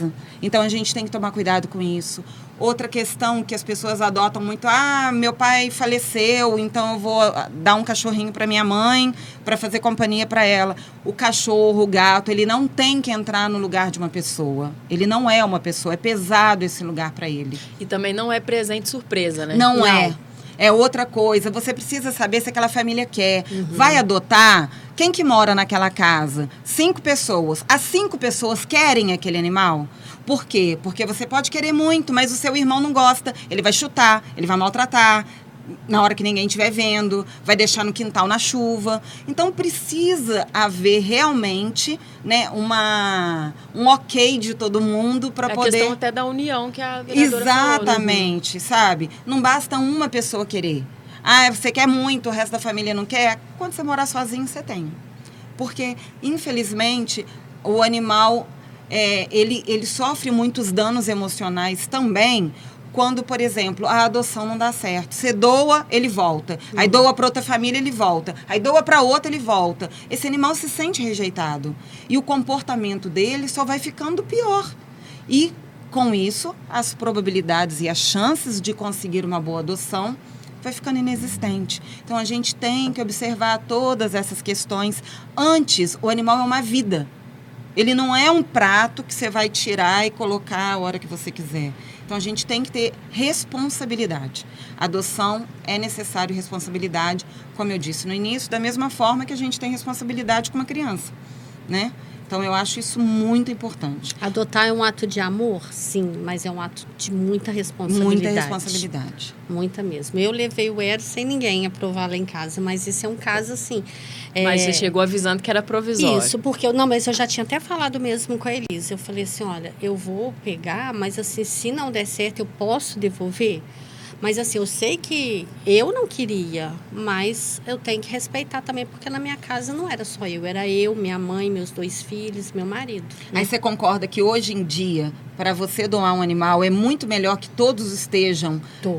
Então, a gente tem que tomar cuidado com isso. Outra questão que as pessoas adotam muito, meu pai faleceu, então eu vou dar um cachorrinho para minha mãe, para fazer companhia para ela. O cachorro, o gato, ele não tem que entrar no lugar de uma pessoa. Ele não é uma pessoa, é pesado esse lugar para ele. E também não é presente surpresa, né? Não é. É outra coisa. Você precisa saber se aquela família quer. Vai adotar? Quem que mora naquela casa? 5 pessoas. As 5 pessoas querem aquele animal? Por quê? Porque você pode querer muito, mas o seu irmão não gosta. Ele vai chutar, ele vai maltratar na hora que ninguém estiver vendo, vai deixar no quintal na chuva. Então, precisa haver realmente, né, um ok de todo mundo para poder... É a questão até da união que a vereadora Exatamente, falou, né? sabe? Não basta uma pessoa querer. Você quer muito, o resto da família não quer. Quando você morar sozinho, você tem. Porque, infelizmente, o animal, ele sofre muitos danos emocionais também, quando, por exemplo, a adoção não dá certo. Você doa, ele volta. Aí doa para outra família, ele volta. Aí doa para outra, ele volta. Esse animal se sente rejeitado. E o comportamento dele só vai ficando pior. E, com isso, as probabilidades e as chances de conseguir uma boa adoção vai ficando inexistente. Então, a gente tem que observar todas essas questões. Antes, o animal é uma vida. Ele não é um prato que você vai tirar e colocar a hora que você quiser. Então, a gente tem que ter responsabilidade. Adoção é necessário responsabilidade, como eu disse no início, da mesma forma que a gente tem responsabilidade com uma criança, né? Então, eu acho isso muito importante. Adotar é um ato de amor? Sim, mas é um ato de muita responsabilidade. Muita responsabilidade. Muita mesmo. Eu levei o Eros sem ninguém aprovar lá em casa, mas esse é um caso assim... Mas você chegou avisando que era provisório. Isso, porque mas eu já tinha até falado mesmo com a Elisa. Eu falei assim, olha, eu vou pegar, mas assim, se não der certo, eu posso devolver? Mas assim, eu sei que eu não queria, mas eu tenho que respeitar também, porque na minha casa não era só eu, era eu, minha mãe, meus 2 filhos, meu marido. Aí você concorda que hoje em dia, para você doar um animal, é muito melhor que todos estejam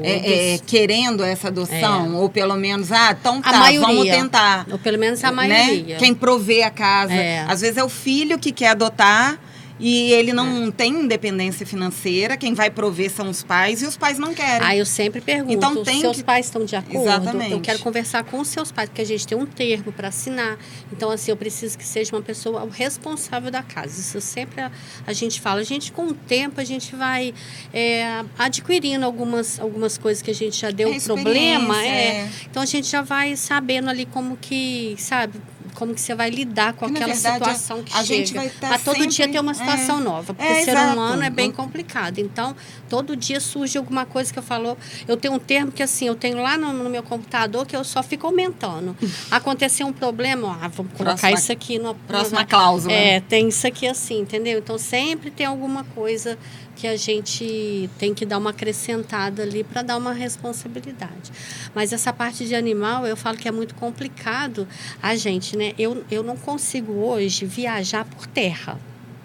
querendo essa adoção? Ou pelo menos, então tá, maioria, vamos tentar. Ou pelo menos a maioria. Né? Quem provê a casa. Às vezes é o filho que quer adotar, e ele não tem independência financeira, quem vai prover são os pais, e os pais não querem. Eu sempre pergunto, então, seus pais estão de acordo? Exatamente. Eu quero conversar com os seus pais, porque a gente tem um termo para assinar. Então, assim, eu preciso que seja uma pessoa responsável da casa. Isso sempre a gente fala. A gente, com o tempo, a gente vai adquirindo algumas coisas que a gente já deu problema. Então, a gente já vai sabendo ali como que, sabe... Como que você vai lidar com aquela situação que chega. Gente vai estar todo sempre... dia tem uma situação nova, porque ser humano é bem complicado. Então, todo dia surge alguma coisa que eu falo. Eu tenho um termo que, assim, eu tenho lá no meu computador que eu só fico aumentando. Aconteceu um problema, vamos colocar isso aqui na próxima cláusula. Tem isso aqui assim, entendeu? Então, sempre tem alguma coisa que a gente tem que dar uma acrescentada ali para dar uma responsabilidade. Mas essa parte de animal, eu falo que é muito complicado a gente, né? Eu não consigo hoje viajar por terra.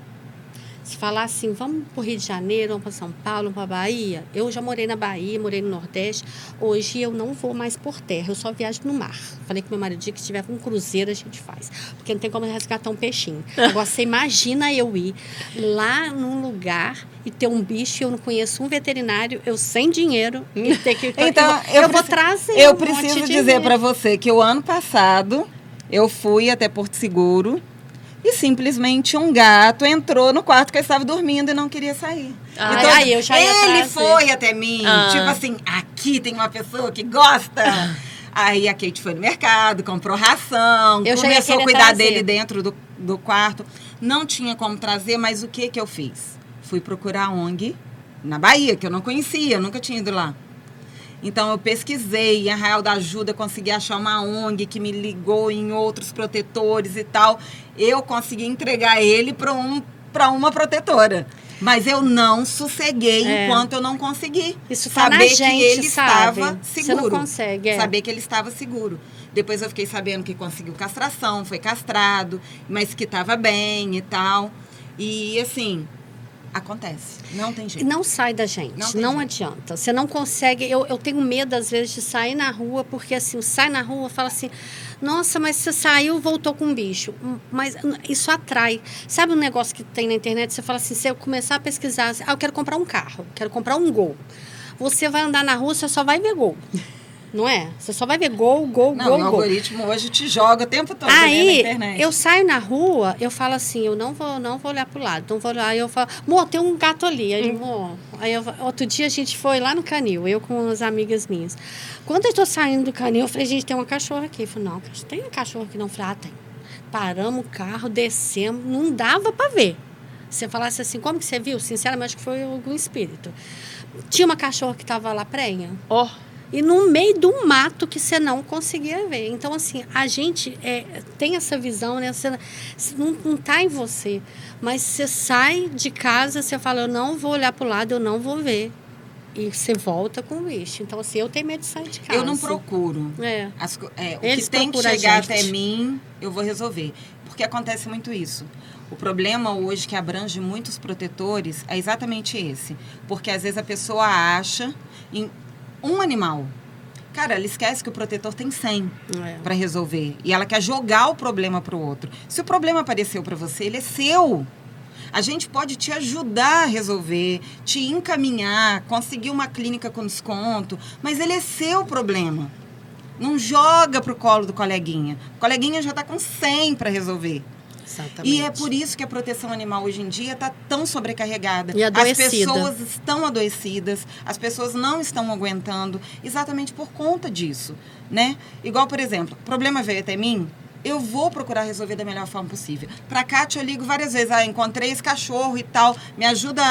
Se falar assim, vamos para o Rio de Janeiro, vamos para São Paulo, vamos para a Bahia. Eu já morei na Bahia, morei no Nordeste. Hoje eu não vou mais por terra, eu só viajo no mar. Falei com meu marido, que tiver um cruzeiro a gente faz. Porque não tem como resgatar um peixinho. Agora, você imagina eu ir lá num lugar e ter um bicho, eu não conheço um veterinário, eu sem dinheiro, e ter que... Então, eu vou trazer Eu preciso dizer para você que o ano passado eu fui até Porto Seguro e simplesmente um gato entrou no quarto que eu estava dormindo e não queria sair. Então, eu já ia ele foi até mim, tipo assim, aqui tem uma pessoa que gosta. Aí a Kate foi no mercado, comprou ração, começou a cuidar dele dentro do quarto. Não tinha como trazer, mas o que eu fiz? Fui procurar a ONG na Bahia, que eu não conhecia, nunca tinha ido lá. Então, eu pesquisei, em Arraial da Ajuda, consegui achar uma ONG que me ligou em outros protetores e tal. Eu consegui entregar ele para uma protetora. Mas eu não sosseguei enquanto eu não consegui. Isso tá saber na gente, que ele sabe? estava seguro. Você não consegue, Saber que ele estava seguro. Depois eu fiquei sabendo que conseguiu castração, foi castrado, mas que estava bem e tal. E, assim... Acontece. Não tem jeito. Não sai da gente. Não adianta. Você não consegue... Eu tenho medo, às vezes, de sair na rua, porque, assim, sai na rua, fala assim, nossa, mas você saiu, voltou com um bicho. Mas isso atrai. Sabe um negócio que tem na internet? Você fala assim, se eu começar a pesquisar, eu quero comprar um carro, quero comprar um Gol. Você vai andar na rua, você só vai ver Gol. Não é? Você só vai ver Gol. O algoritmo hoje te joga o tempo todo na internet. Eu saio na rua, eu falo assim, eu não vou olhar pro lado, não vou olhar, eu falo, amor, tem um gato ali. Outro dia a gente foi lá no canil, eu com umas amigas minhas. Quando eu estou saindo do canil, eu falei, gente, tem uma cachorra aqui. Eu falei, não, tem uma cachorra aqui não? Eu falei, tem. Paramos o carro, descemos, não dava para ver. Você falasse assim, como que você viu? Sinceramente, acho que foi algum espírito. Tinha uma cachorra que estava lá prenha. E no meio do mato que você não conseguia ver. Então, assim, a gente tem essa visão, né? Você não está em você. Mas você sai de casa, você fala, eu não vou olhar para o lado, eu não vou ver. E você volta com o bicho. Então, assim, eu tenho medo de sair de casa. Eu não procuro. O Eles que tem que chegar até mim, eu vou resolver. Porque acontece muito isso. O problema hoje que abrange muitos protetores é exatamente esse. Porque, às vezes, a pessoa acha... Um animal. Cara, ela esquece que o protetor tem 100 para resolver. E ela quer jogar o problema para o outro. Se o problema apareceu para você, ele é seu. A gente pode te ajudar a resolver, te encaminhar, conseguir uma clínica com desconto, mas ele é seu problema. Não joga pro colo do coleguinha. O coleguinha já está com 100 para resolver. Exatamente. E é por isso que a proteção animal hoje em dia está tão sobrecarregada. E adoecida. As pessoas estão adoecidas, as pessoas não estão aguentando, exatamente por conta disso, né? Igual, por exemplo, o problema veio até mim, eu vou procurar resolver da melhor forma possível. Para a Kátia, eu ligo várias vezes, encontrei esse cachorro e tal, me ajuda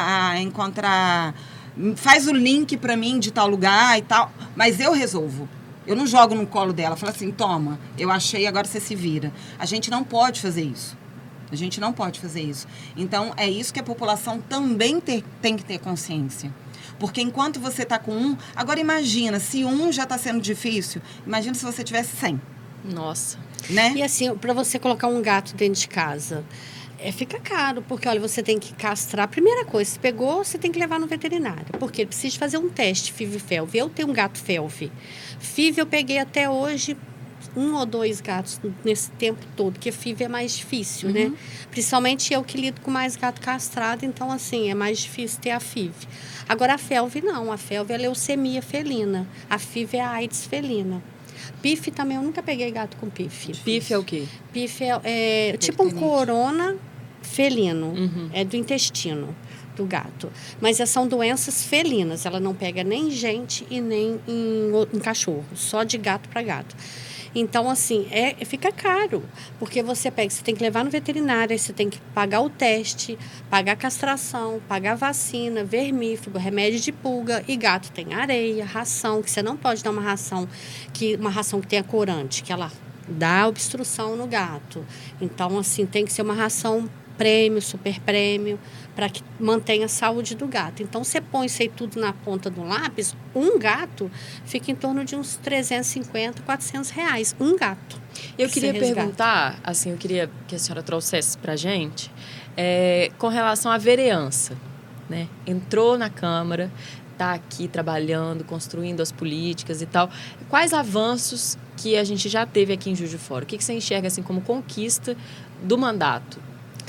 a encontrar, faz o link para mim de tal lugar e tal, mas eu resolvo. Eu não jogo no colo dela, falo assim, toma, eu achei, agora você se vira. A gente não pode fazer isso. A gente não pode fazer isso. Então, é isso que a população também tem que ter consciência. Porque enquanto você está com um... Agora, imagina, se um já está sendo difícil, imagina se você tivesse 100. Nossa. Né? E assim, para você colocar um gato dentro de casa... fica caro, porque, olha, você tem que castrar. Primeira coisa, se pegou, você tem que levar no veterinário. Porque ele precisa fazer um teste, FIV e FeLV. Eu tenho um gato FeLV. FIV eu peguei até hoje 1 ou 2 gatos nesse tempo todo, porque FIV é mais difícil, né? Principalmente eu que lido com mais gato castrado, então, assim, é mais difícil ter a FIV. Agora, a FeLV não. A FeLV é a leucemia felina. A FIV é a AIDS felina. PIF também, eu nunca peguei gato com PIF. PIF é o quê? PIF é tipo um corona felino, é do intestino do gato. Mas são doenças felinas, ela não pega nem gente e nem em cachorro, só de gato para gato. Então, assim, fica caro, porque você tem que levar no veterinário, aí você tem que pagar o teste, pagar a castração, pagar a vacina, vermífugo, remédio de pulga, e gato tem areia, ração, que você não pode dar uma ração que tenha corante, que ela dá obstrução no gato. Então, assim, tem que ser uma ração prêmio, super prêmio, para que mantenha a saúde do gato. Então, você põe isso aí tudo na ponta do lápis, um gato fica em torno de uns 350, 400 reais, um gato. Eu queria perguntar, assim, eu queria que a senhora trouxesse para a gente, com relação à vereança, né? Entrou na Câmara, está aqui trabalhando, construindo as políticas e tal. Quais avanços que a gente já teve aqui em Juiz de Fora? O que você enxerga, assim, como conquista do mandato?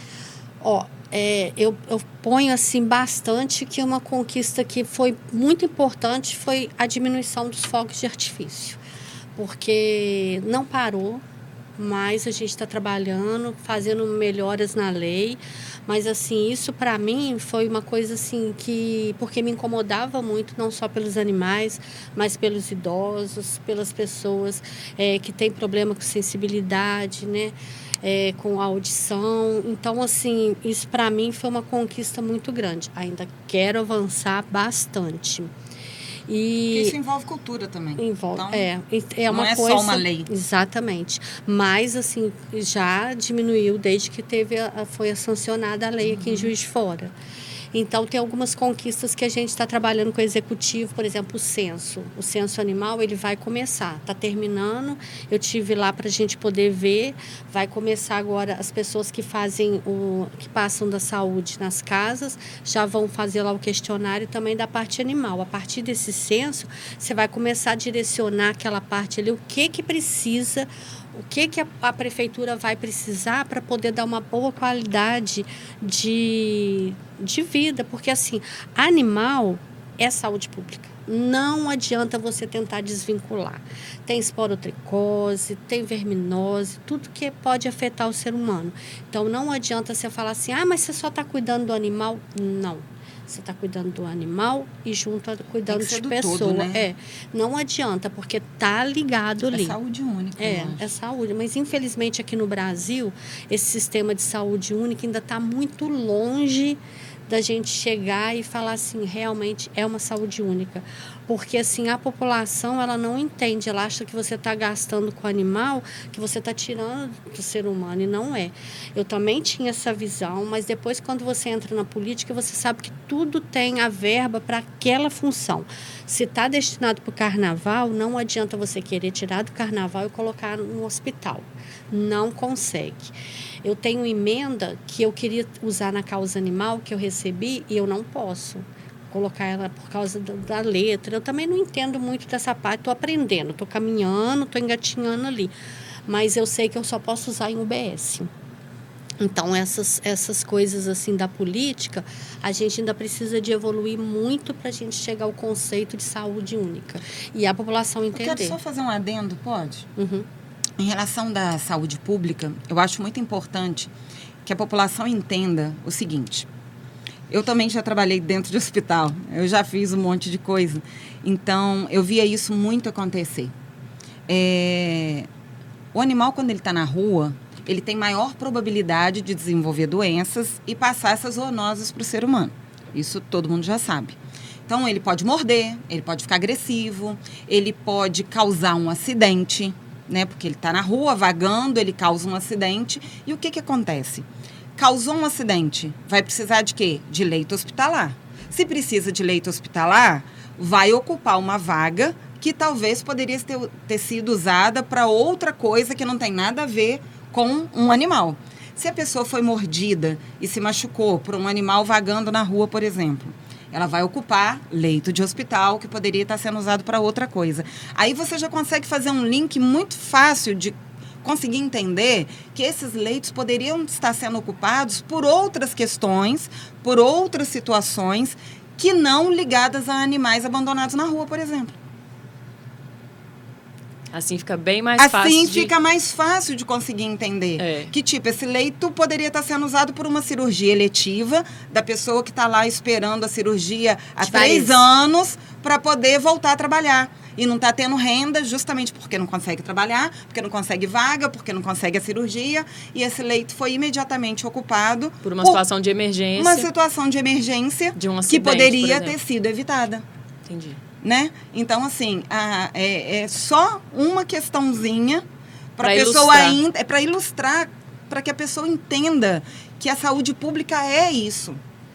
Eu ponho assim bastante que uma conquista que foi muito importante foi a diminuição dos fogos de artifício, porque não parou, mas a gente está trabalhando, fazendo melhoras na lei, mas assim, isso para mim foi uma coisa assim porque me incomodava muito, não só pelos animais, mas pelos idosos, pelas pessoas que têm problema com sensibilidade, né? Com a audição. Então, assim, isso para mim foi uma conquista muito grande. Ainda quero avançar bastante. Porque isso envolve cultura também. Envolve, então, uma não é coisa, só uma lei. Exatamente. Mas, assim, já diminuiu desde que foi sancionada a lei aqui em Juiz de Fora. Então, tem algumas conquistas que a gente está trabalhando com o executivo, por exemplo, o censo. O censo animal, ele vai começar, está terminando, eu tive lá para a gente poder ver, vai começar agora as pessoas que que passam da saúde nas casas, já vão fazer lá o questionário também da parte animal. A partir desse censo, você vai começar a direcionar aquela parte ali, o que precisa, o que a prefeitura vai precisar para poder dar uma boa qualidade de vida. Porque, assim, animal é saúde pública. Não adianta você tentar desvincular. Tem esporotricose, tem verminose, tudo que pode afetar o ser humano. Então, não adianta você falar assim, mas você só está cuidando do animal. Não. Você está cuidando do animal e junto cuidando de pessoa. Todo, né? Não adianta, porque está ligado ali. É saúde única. É saúde. Mas, infelizmente, aqui no Brasil, esse sistema de saúde única ainda está muito longe da gente chegar e falar assim, realmente é uma saúde única. Porque, assim, a população, ela não entende. Ela acha que você está gastando com o animal, que você está tirando do ser humano, e não é. Eu também tinha essa visão, mas depois, quando você entra na política, você sabe que tudo tem a verba para aquela função. Se está destinado para o carnaval, não adianta você querer tirar do carnaval e colocar no hospital. Não consegue. Eu tenho emenda que eu queria usar na causa animal, que eu recebi, e eu não posso colocar ela por causa da letra. Eu também não entendo muito dessa parte, estou aprendendo, estou caminhando, estou engatinhando ali. Mas eu sei que eu só posso usar em UBS. Então, essas coisas assim da política, a gente ainda precisa de evoluir muito para a gente chegar ao conceito de saúde única. E a população entender. Eu quero só fazer um adendo, pode? Uhum. Em relação da saúde pública, eu acho muito importante que a população entenda o seguinte. Eu também já trabalhei dentro de hospital, eu já fiz um monte de coisa. Então, eu via isso muito acontecer. O animal, quando ele está na rua, ele tem maior probabilidade de desenvolver doenças e passar essas zoonoses para o ser humano. Isso todo mundo já sabe. Então, ele pode morder, ele pode ficar agressivo, ele pode causar um acidente, né? Porque ele está na rua, vagando, ele causa um acidente. E o que acontece? Causou um acidente, vai precisar de quê? De leito hospitalar. Se precisa de leito hospitalar, vai ocupar uma vaga que talvez poderia ter sido usada para outra coisa que não tem nada a ver com um animal. Se a pessoa foi mordida e se machucou por um animal vagando na rua, por exemplo, ela vai ocupar leito de hospital que poderia estar sendo usado para outra coisa. Aí você já consegue fazer um link muito fácil de conseguir entender que esses leitos poderiam estar sendo ocupados por outras questões, por outras situações que não ligadas a animais abandonados na rua, por exemplo. Assim fica bem mais fácil. Assim fica mais fácil de conseguir entender. Que, tipo, esse leito poderia estar sendo usado por uma cirurgia eletiva da pessoa que está lá esperando a cirurgia há 3 anos para poder voltar a trabalhar. E não está tendo renda justamente porque não consegue trabalhar, porque não consegue vaga, porque não consegue a cirurgia. E esse leito foi imediatamente ocupado por uma situação de emergência. Uma situação de emergência de um acidente, que poderia ter sido evitada. Entendi. Né? Então, assim, é só uma questãozinha para a pessoa ainda, para ilustrar, para que a pessoa entenda que a saúde pública é isso.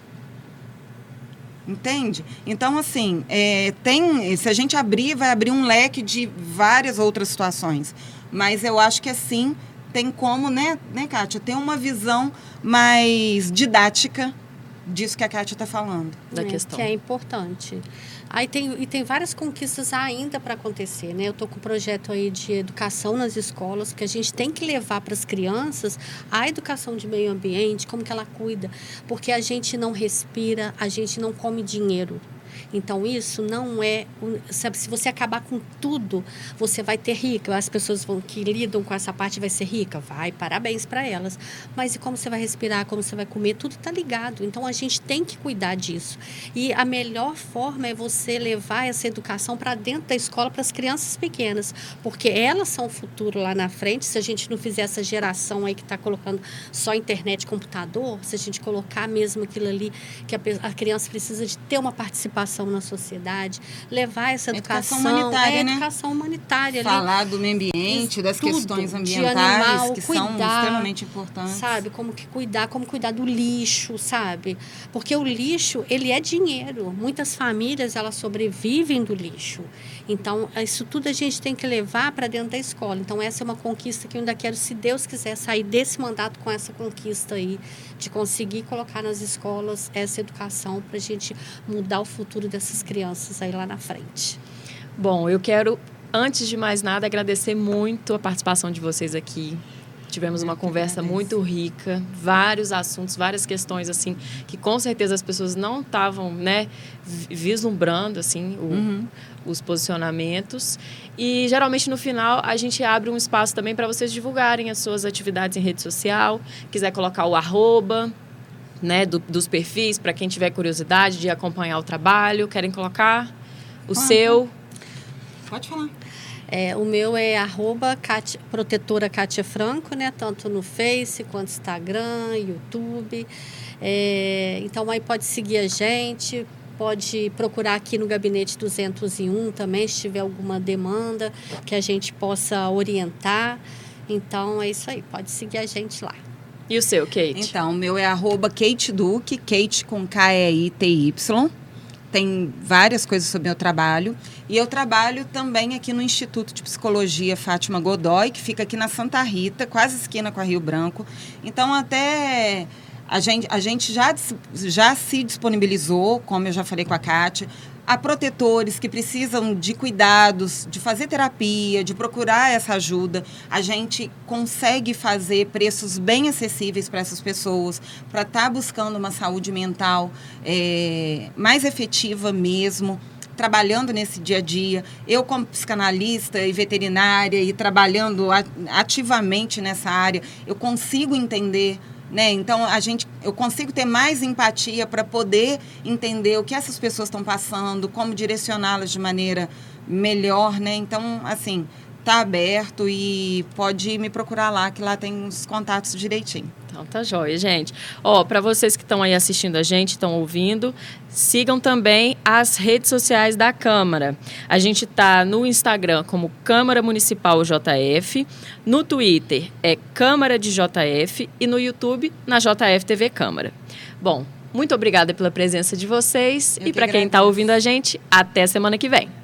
Entende? Então, assim, se a gente abrir, vai abrir um leque de várias outras situações. Mas eu acho que, assim, tem como, né, Kátia, ter uma visão mais didática disso que a Kátia está falando. Da questão. Que é importante. Aí tem várias conquistas ainda para acontecer, né? Eu estou com um projeto aí de educação nas escolas, porque a gente tem que levar para as crianças a educação de meio ambiente, como que ela cuida, porque a gente não respira, a gente não come dinheiro. Então, isso não é... Sabe, se você acabar com tudo, você vai ter rica. As pessoas que lidam com essa parte vai ser rica. Vai, parabéns para elas. Mas e como você vai respirar, como você vai comer? Tudo está ligado. Então, a gente tem que cuidar disso. E a melhor forma é você levar essa educação para dentro da escola para as crianças pequenas. Porque elas são o futuro lá na frente. Se a gente não fizer essa geração aí que está colocando só internet e computador, se a gente colocar mesmo aquilo ali, que a criança precisa de ter uma participação participação na sociedade, levar essa educação humanitária, né? Educação humanitária. Falar do meio ambiente, das questões ambientais, animal, são extremamente importantes. Sabe, como cuidar do lixo, sabe? Porque o lixo, ele é dinheiro. Muitas famílias, elas sobrevivem do lixo. Então, isso tudo a gente tem que levar para dentro da escola. Então, essa é uma conquista que eu ainda quero, se Deus quiser, sair desse mandato com essa conquista aí, de conseguir colocar nas escolas essa educação para a gente mudar o futuro dessas crianças aí lá na frente. Bom, eu quero, antes de mais nada, agradecer muito a participação de vocês aqui. Tivemos uma conversa muito rica, vários assuntos, várias questões, assim, que com certeza as pessoas não estavam, né, vislumbrando, assim, os posicionamentos. E, geralmente, no final, a gente abre um espaço também para vocês divulgarem as suas atividades em rede social. Quiser colocar o @ né, dos perfis, para quem tiver curiosidade de acompanhar o trabalho. Querem colocar o seu? Pode falar. O meu é @protetora Kátia Franco, né? Tanto no Face quanto Instagram, YouTube. Então, aí pode seguir a gente, pode procurar aqui no Gabinete 201 também, se tiver alguma demanda que a gente possa orientar. Então, é isso aí, pode seguir a gente lá. E o seu, Kate? Então, o meu é @Kate Duque, Kate com KEITY. Tem várias coisas sobre o meu trabalho. E eu trabalho também aqui no Instituto de Psicologia Fátima Godoy, que fica aqui na Santa Rita, quase esquina com a Rio Branco. Então, até a gente já se disponibilizou, como eu já falei com a Kátia, a protetores que precisam de cuidados, de fazer terapia, de procurar essa ajuda. A gente consegue fazer preços bem acessíveis para essas pessoas, para estar buscando uma saúde mental mais efetiva mesmo, trabalhando nesse dia a dia. Eu, como psicanalista e veterinária e trabalhando ativamente nessa área, eu consigo entender, né? Então, eu consigo ter mais empatia para poder entender o que essas pessoas estão passando, como direcioná-las de maneira melhor, né? Então, assim, tá aberto e pode me procurar lá, que lá tem os contatos direitinho. Então, tá jóia, gente. Para vocês que estão aí assistindo a gente, estão ouvindo, sigam também as redes sociais da Câmara. A gente tá no Instagram como Câmara Municipal JF, no Twitter é Câmara de JF e no YouTube na JF TV Câmara. Bom, muito obrigada pela presença de vocês e para quem está ouvindo a gente, até semana que vem.